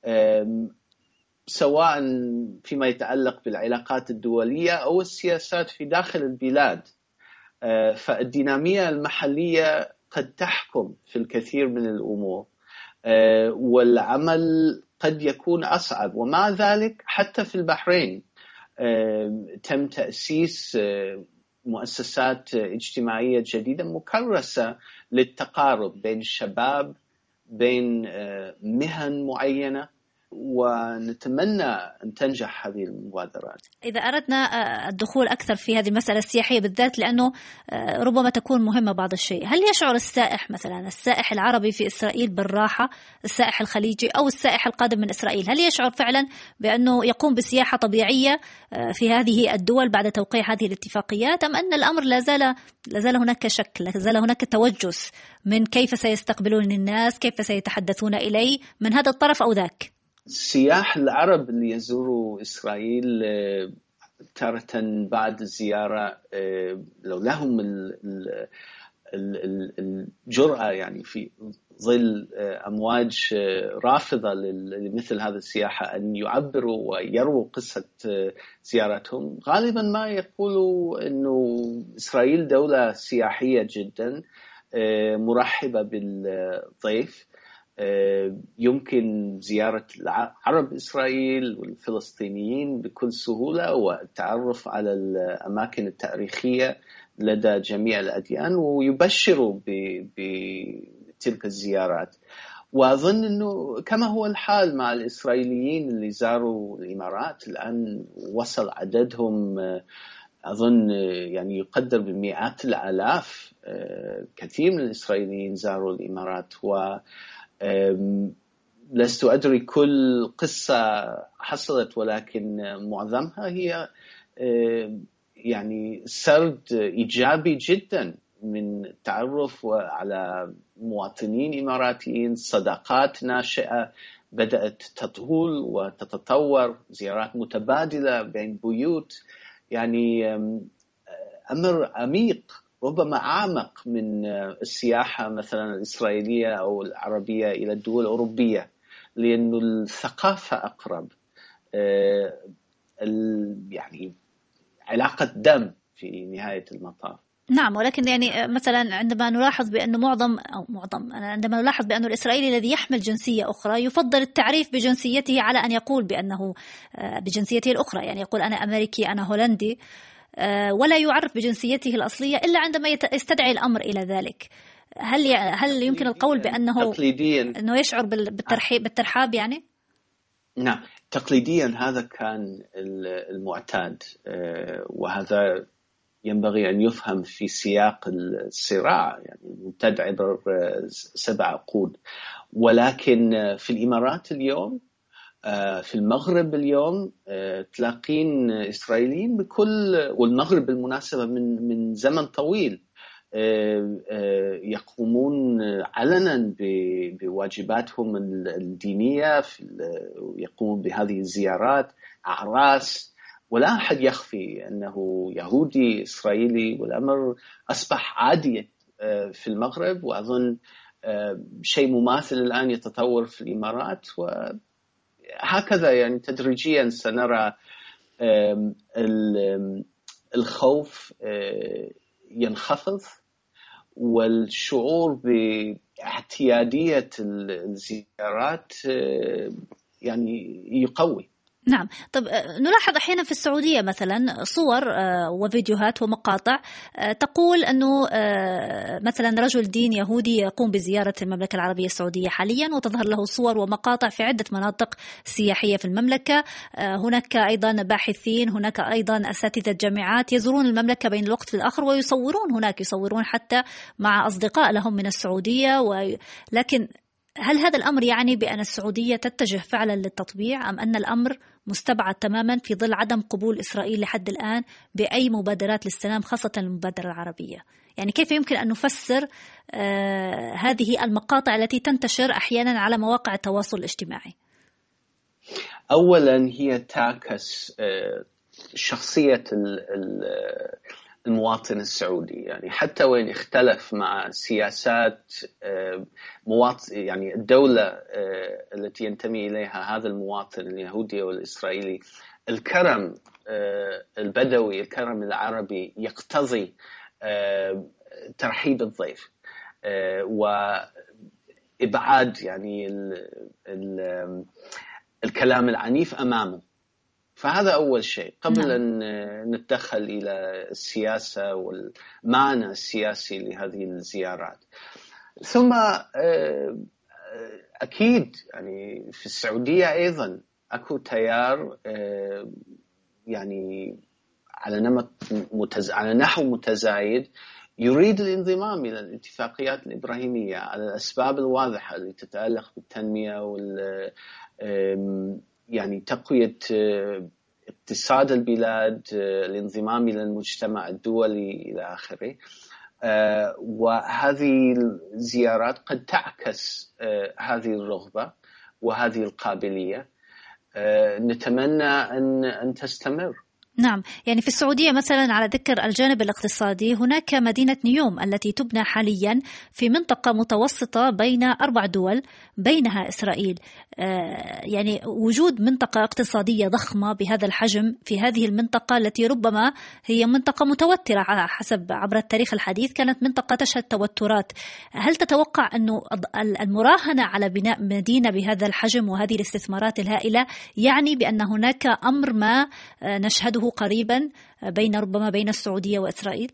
سواء فيما يتعلق بالعلاقات الدولية أو السياسات في داخل البلاد. فالدينامية المحلية قد تحكم في الكثير من الأمور، والعمل قد يكون أصعب. ومع ذلك حتى في البحرين تم تأسيس مؤسسات اجتماعية جديدة مكرسة للتقارب بين الشباب، بين مهن معينة، ونتمنى أن تنجح هذه المبادرات. إذا أردنا الدخول أكثر في هذه المسألة السياحية بالذات، لأنه ربما تكون مهمة بعض الشيء، هل يشعر السائح مثلا السائح العربي في إسرائيل بالراحة، السائح الخليجي أو السائح القادم من إسرائيل، هل يشعر فعلا بأنه يقوم بسياحة طبيعية في هذه الدول بعد توقيع هذه الاتفاقيات، أم أن الأمر لازال هناك شك، لازال هناك توجس من كيف سيستقبلون الناس، كيف سيتحدثون إليه من هذا الطرف أو ذاك؟ السياح العرب اللي يزوروا إسرائيل تارة بعد الزيارة لو لهم الجرأة، يعني في ظل أمواج رافضة لمثل هذا السياحة، أن يعبروا ويروا قصة زيارتهم، غالبا ما يقولوا أنه إسرائيل دولة سياحية جدا مرحبة بالضيف، يمكن زيارة عرب إسرائيل والفلسطينيين بكل سهولة، والتعرف على الأماكن التاريخية لدى جميع الأديان، ويبشروا بتلك الزيارات. وأظن أنه كما هو الحال مع الإسرائيليين اللي زاروا الإمارات، الآن وصل عددهم أظن يعني يقدر بمئات الآلاف. كثير من الإسرائيليين زاروا الإمارات، لست أدري كل قصة حصلت، ولكن معظمها هي يعني سرد إيجابي جدا من التعرف على مواطنين إماراتيين، صداقات ناشئة بدأت تطول وتتطور، زيارات متبادلة بين بيوت، يعني أمر عميق، ربما أعمق من السياحة مثلا الإسرائيلية أو العربية إلى الدول الأوروبية، لأنه الثقافة أقرب، يعني علاقة دم في نهاية المطاف. نعم، ولكن يعني مثلا عندما نلاحظ بأن الإسرائيلي الذي يحمل جنسية أخرى يفضل التعريف بجنسيته على أن يقول بأنه بجنسيته الأخرى، يعني يقول أنا أمريكي، أنا هولندي، ولا يعرف بجنسيته الأصلية إلا عندما يستدعي الأمر إلى ذلك. هل يمكن القول بأنه أنه يشعر بالترحاب يعني؟ نعم، تقليديا هذا كان المعتاد، وهذا ينبغي أن يفهم في سياق الصراع، يعني الممتد عبر 7 عقود. ولكن في الإمارات اليوم، في المغرب اليوم، تلاقين إسرائيليين والمغرب بالمناسبة من زمن طويل يقومون علنا بواجباتهم الدينية، يقومون بهذه الزيارات، أعراس، ولا أحد يخفي أنه يهودي إسرائيلي، والأمر أصبح عادي في المغرب، وأظن شيء مماثل الآن يتطور في الإمارات. وهكذا يعني تدريجيا سنرى الخوف ينخفض، والشعور باعتيادية الزيارات يعني يقوي. نعم. طب نلاحظ أحيانا في السعودية مثلا صور وفيديوهات ومقاطع تقول أنه مثلا رجل دين يهودي يقوم بزيارة المملكة العربية السعودية حاليا، وتظهر له صور ومقاطع في عدة مناطق سياحية في المملكة. هناك أيضا باحثين، هناك أيضا أساتذة جامعات يزورون المملكة بين الوقت والآخر ويصورون هناك، يصورون حتى مع أصدقاء لهم من السعودية. لكن هل هذا الأمر يعني بأن السعودية تتجه فعلا للتطبيع، أم أن الأمر مستبعد تماما في ظل عدم قبول إسرائيل لحد الآن بأي مبادرات للسلام، خاصة المبادرة العربية؟ يعني كيف يمكن أن نفسر هذه المقاطع التي تنتشر أحيانا على مواقع التواصل الاجتماعي؟ أولا هي تعكس شخصية المواطن السعودي، يعني حتى وين اختلف مع سياسات يعني الدولة التي ينتمي إليها هذا المواطن اليهودي والإسرائيلي، الكرم البدوي، الكرم العربي يقتضي ترحيب الضيف وإبعاد يعني الكلام العنيف أمامه. فهذا أول شيء قبل أن نتدخل إلى السياسة والمعنى السياسي لهذه الزيارات. ثم أكيد يعني في السعودية أيضا أكو تيار يعني على نحو متزايد يريد الانضمام إلى الاتفاقيات الإبراهيمية على الأسباب الواضحة اللي تتعلق بالتنمية يعني تقوية اقتصاد البلاد، الانضمام إلى المجتمع الدولي إلى آخره. وهذه الزيارات قد تعكس هذه الرغبة وهذه القابلية. نتمنى أن تستمر. نعم، يعني في السعودية مثلا على ذكر الجانب الاقتصادي، هناك مدينة نيوم التي تبنى حاليا في منطقة متوسطة بين 4 دول بينها إسرائيل. يعني وجود منطقة اقتصادية ضخمة بهذا الحجم في هذه المنطقة التي ربما هي منطقة متوترة على حسب عبر التاريخ الحديث، كانت منطقة تشهد توترات. هل تتوقع أنه المراهنة على بناء مدينة بهذا الحجم وهذه الاستثمارات الهائلة يعني بأن هناك أمر ما نشهده قريبا ربما بين السعودية وإسرائيل؟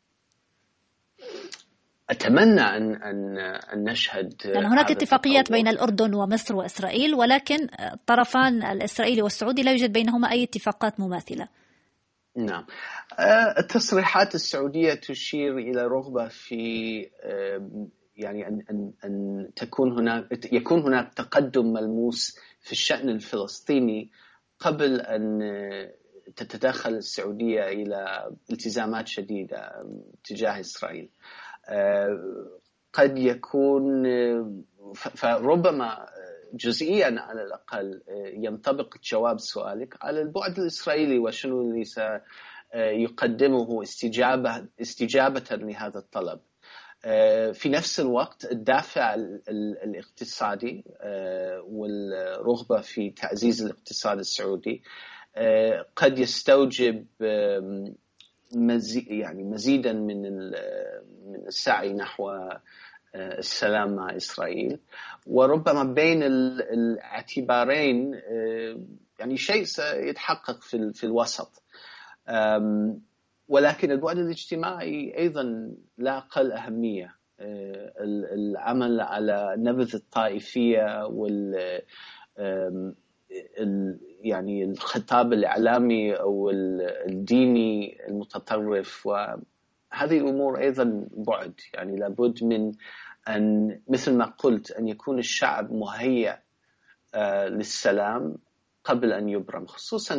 أتمنى أن نشهد، يعني هناك اتفاقيات بين الأردن ومصر وإسرائيل، ولكن الطرفان الإسرائيلي والسعودي لا يوجد بينهما أي اتفاقات مماثلة. نعم، التصريحات السعودية تشير إلى رغبة في يعني أن يكون هناك تقدم ملموس في الشأن الفلسطيني قبل أن تتدخل السعودية إلى التزامات شديدة تجاه إسرائيل. قد يكون فربما جزئيا على الأقل ينطبق جواب سؤالك على البعد الإسرائيلي وشنو اللي سيقدمه استجابة لهذا الطلب. في نفس الوقت الدافع الاقتصادي والرغبة في تعزيز الاقتصاد السعودي قد يستوجب مزيدا من السعي نحو السلام مع إسرائيل. وربما بين الاعتبارين يعني شيء سيتحقق في الوسط. ولكن البعد الاجتماعي أيضا لا أقل أهمية. العمل على نبذ الطائفية يعني الخطاب الإعلامي أو الديني المتطرف، وهذه الأمور أيضا بعد. يعني لابد من أن مثل ما قلت أن يكون الشعب مهيأ للسلام قبل أن يبرم، خصوصا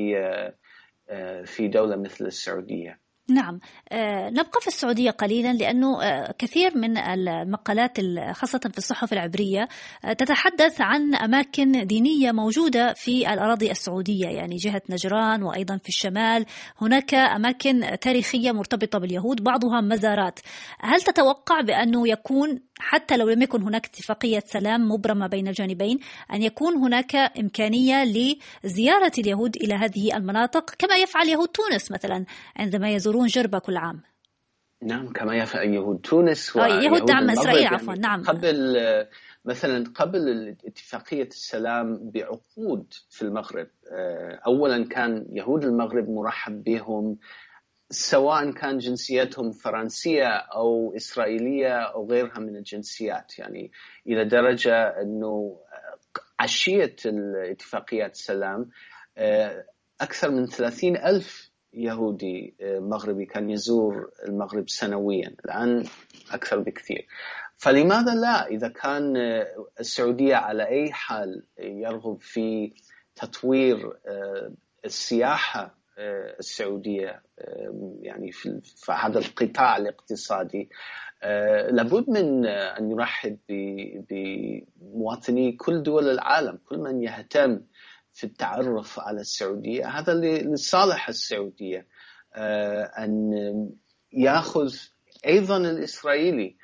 في دولة مثل السعودية. نعم، نبقى في السعودية قليلا، لأنه كثير من المقالات خاصة في الصحف العبرية تتحدث عن أماكن دينية موجودة في الأراضي السعودية، يعني جهة نجران وأيضا في الشمال هناك أماكن تاريخية مرتبطة باليهود، بعضها مزارات. هل تتوقع بأنه يكون حتى لو لم يكن هناك اتفاقية سلام مبرمة بين الجانبين أن يكون هناك إمكانية لزيارة اليهود إلى هذه المناطق كما يفعل يهود تونس مثلا عندما يزورون جربة كل عام؟ نعم، كما يفعل يهود تونس يهود دعم إسرائيل، عفوا. نعم، مثلا قبل اتفاقية السلام بعقود في المغرب، أولا كان يهود المغرب مرحب بهم سواء كان جنسيتهم فرنسية أو إسرائيلية أو غيرها من الجنسيات، يعني إلى درجة أنه عشية اتفاقيات السلام أكثر من 30,000 يهودي مغربي كان يزور المغرب سنويا، الآن أكثر بكثير. فلماذا لا؟ إذا كان السعودية على أي حال يرغب في تطوير السياحة السعودية يعني في هذا القطاع الاقتصادي، لابد من أن يرحب بمواطني كل دول العالم، كل من يهتم في التعرف على السعودية. هذا لصالح السعودية، أن يأخذ أيضا الإسرائيلي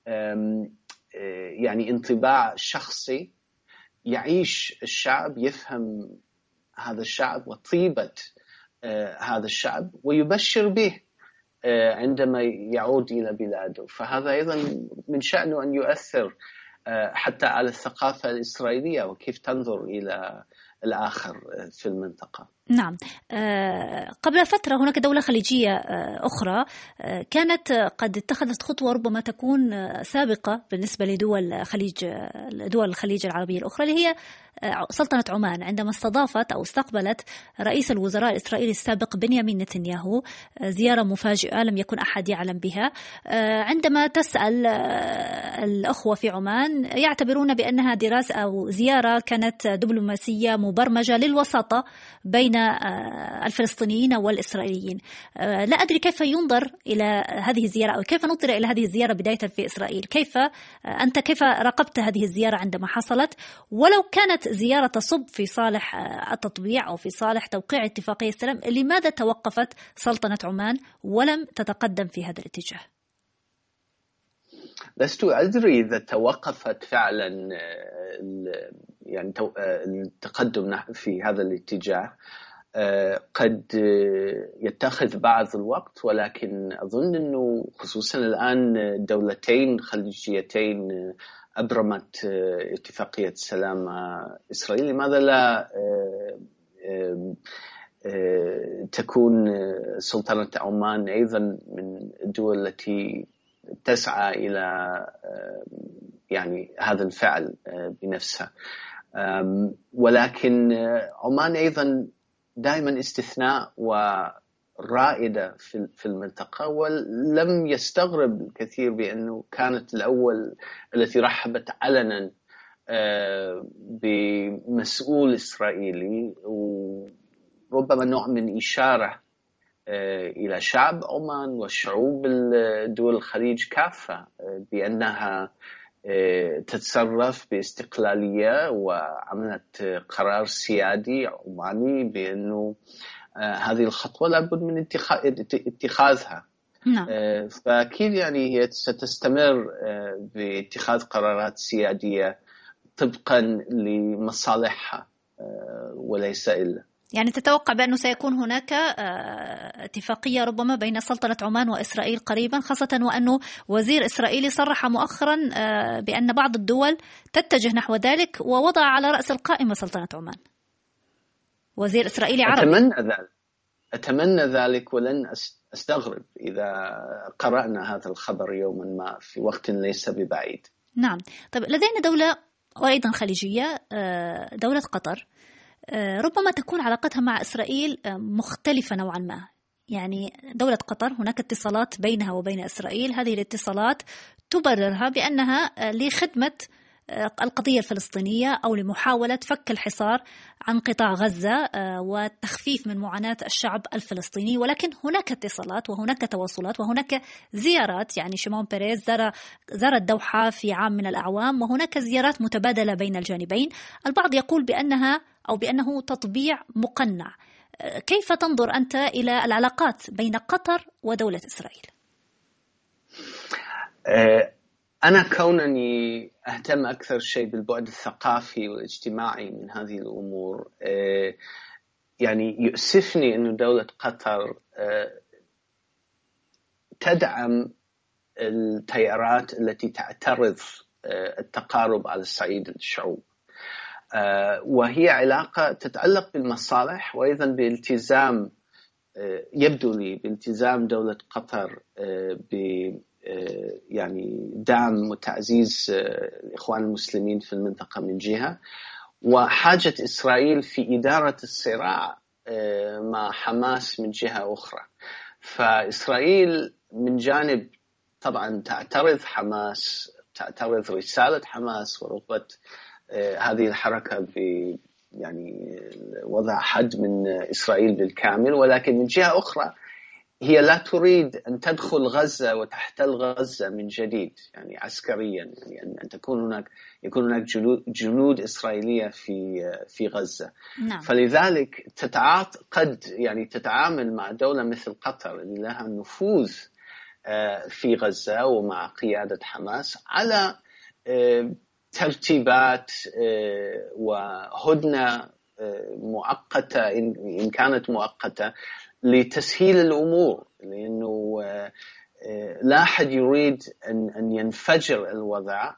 يعني انطباع شخصي، يعيش الشعب، يفهم هذا الشعب وطيبة هذا الشعب ويبشر به عندما يعود إلى بلاده. فهذا أيضا من شأنه أن يؤثر حتى على الثقافة الإسرائيلية وكيف تنظر إلى الآخر في المنطقة. نعم. قبل فترة هناك دولة خليجية أخرى كانت قد اتخذت خطوة ربما تكون سابقة بالنسبة لدول الخليج العربية الأخرى، اللي هي سلطنة عمان، عندما استضافت أو استقبلت رئيس الوزراء الإسرائيلي السابق بنيامين نتنياهو زيارة مفاجئة لم يكن أحد يعلم بها. عندما تسأل الأخوة في عمان يعتبرون بأنها دراسة أو زيارة كانت دبلوماسية مبرمجة للوساطة بين الفلسطينيين والإسرائيليين. لا أدري كيف ينظر إلى هذه الزيارة أو كيف نظر إلى هذه الزيارة بداية في إسرائيل. كيف راقبت هذه الزيارة عندما حصلت، ولو كانت زيارة تصب في صالح التطبيع أو في صالح توقيع اتفاقية السلام، لماذا توقفت سلطنة عمان ولم تتقدم في هذا الاتجاه؟ لست أدري إذا توقفت فعلا يعني التقدم في هذا الاتجاه، قد يتخذ بعض الوقت، ولكن أظن أنه خصوصا الآن دولتين خليجيتين أبرمت اتفاقية السلام مع إسرائيل، لماذا لا تكون سلطنة عمان أيضا من الدول التي تسعى إلى يعني هذا الفعل بنفسها. ولكن عمان أيضا دائما استثناء ورائدة في المنطقة، ولم يستغرب الكثير بأنه كانت الأول التي رحبت علنا بمسؤول إسرائيلي، وربما نوع من إشارة إلى شعب عمان وشعوب دول الخليج كافة بأنها تتصرف باستقلالية، وعملت قرار سيادي عماني بأنه هذه الخطوة لابد من اتخاذها. فأكيد يعني هي ستستمر باتخاذ قرارات سيادية طبقا لمصالحها وليس إلا. يعني تتوقع بأنه سيكون هناك اتفاقية ربما بين سلطنة عمان وإسرائيل قريبا، خاصة وأنه وزير إسرائيلي صرح مؤخرا بأن بعض الدول تتجه نحو ذلك ووضع على رأس القائمة سلطنة عمان، وزير إسرائيلي عربي. أتمنى ذلك، ولن أستغرب إذا قرأنا هذا الخبر يوما ما في وقت ليس ببعيد. نعم. طيب، لدينا دولة وأيضا خليجية، دولة قطر، ربما تكون علاقتها مع إسرائيل مختلفة نوعا ما. يعني دولة قطر هناك اتصالات بينها وبين إسرائيل، هذه الاتصالات تبررها بأنها لخدمة القضية الفلسطينية أو لمحاولة فك الحصار عن قطاع غزة والتخفيف من معاناة الشعب الفلسطيني. ولكن هناك اتصالات وهناك تواصلات وهناك زيارات، يعني شيمون بيريز زار الدوحة في عام من الأعوام، وهناك زيارات متبادلة بين الجانبين. البعض يقول بأنه تطبيع مقنع. كيف تنظر أنت إلى العلاقات بين قطر ودولة إسرائيل؟ أنا كونني أهتم أكثر شيء بالبعد الثقافي والاجتماعي من هذه الأمور، يعني يؤسفني أن دولة قطر تدعم التيارات التي تعترض التقارب على صعيد الشعوب، وهي علاقة تتعلق بالمصالح وأيضا بالتزام، يبدو لي بالتزام دولة قطر يعني دعم وتعزيز الإخوان المسلمين في المنطقة من جهة، وحاجة إسرائيل في إدارة الصراع مع حماس من جهة أخرى. فإسرائيل من جانب طبعا تعترض حماس، تعترض رسالة حماس ورغبة هذه الحركة يعني وضع حد من إسرائيل بالكامل، ولكن من جهة أخرى هي لا تريد أن تدخل غزة وتحتل غزة من جديد، يعني عسكريا، يعني أن يكون هناك جنود إسرائيلية في غزة. نعم. فلذلك قد يعني تتعامل مع دولة مثل قطر اللي لها نفوذ في غزة ومع قيادة حماس على ترتيبات وهدنة مؤقتة إن كانت مؤقتة لتسهيل الأمور، لأنه لا أحد يريد أن ينفجر الوضع،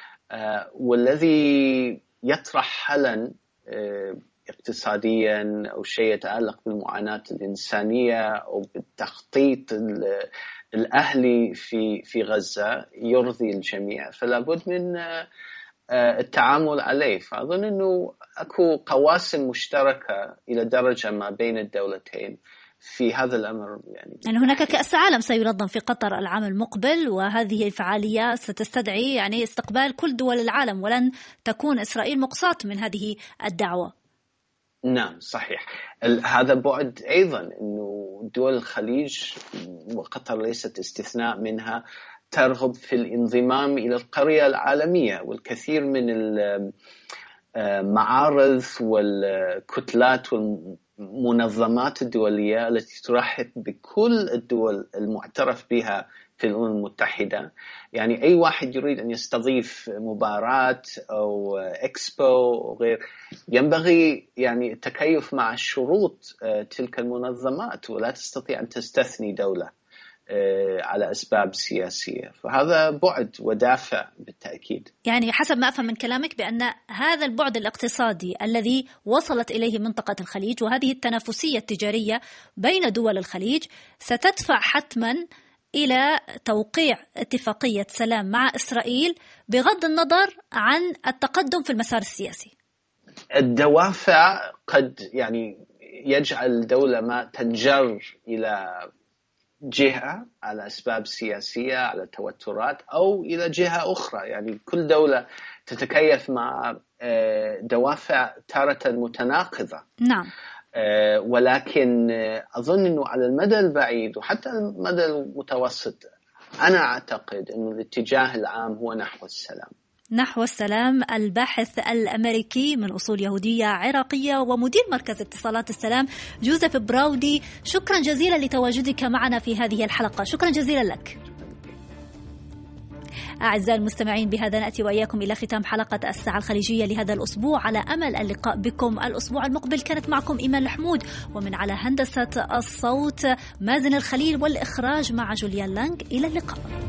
والذي يطرح حلا اقتصاديا أو شيء يتعلق بالمعاناة الإنسانية أو بالتخطيط الأهلي في غزة يرضي الجميع، فلا بد من التعامل عليه. فأظن أنه أكو قواسم مشتركة إلى درجة ما بين الدولتين في هذا الأمر. يعني هناك كأس عالم سينظم في قطر العام المقبل، وهذه الفعالية ستستدعي يعني استقبال كل دول العالم، ولن تكون إسرائيل مقصاة من هذه الدعوة. نعم صحيح. هذا بعد أيضا أنه دول الخليج وقطر ليست استثناء منها ترغب في الانضمام إلى القرية العالمية، والكثير من المعارض والكتلات والمنظمات الدولية التي ترحب بكل الدول المعترف بها في الأمم المتحدة. يعني أي واحد يريد أن يستضيف مباراة أو إكسبو أو غير ينبغي يعني التكيف مع شروط تلك المنظمات، ولا تستطيع أن تستثني دولة على أسباب سياسية. فهذا بعد ودافع بالتأكيد. يعني حسب ما أفهم من كلامك بأن هذا البعد الاقتصادي الذي وصلت إليه منطقة الخليج وهذه التنافسية التجارية بين دول الخليج ستدفع حتما إلى توقيع اتفاقية سلام مع إسرائيل بغض النظر عن التقدم في المسار السياسي. الدوافع قد يعني يجعل الدولة ما تنجر إلى جهة على أسباب سياسية، على توترات، أو إلى جهة أخرى. يعني كل دولة تتكيف مع دوافع تارة متناقضة. نعم. ولكن أظن أنه على المدى البعيد وحتى المدى المتوسط أنا أعتقد أنه الاتجاه العام هو نحو السلام. نحو السلام. الباحث الأمريكي من أصول يهودية عراقية ومدير مركز اتصالات السلام جوزيف براودي، شكرا جزيلا لتواجدك معنا في هذه الحلقة. شكرا جزيلا لك. أعزائي المستمعين، بهذا نأتي وإياكم إلى ختام حلقة الساعة الخليجية لهذا الأسبوع، على أمل اللقاء بكم الأسبوع المقبل. كانت معكم إيمان الحمود، ومن على هندسة الصوت مازن الخليل، والإخراج مع جوليان لانغ. إلى اللقاء.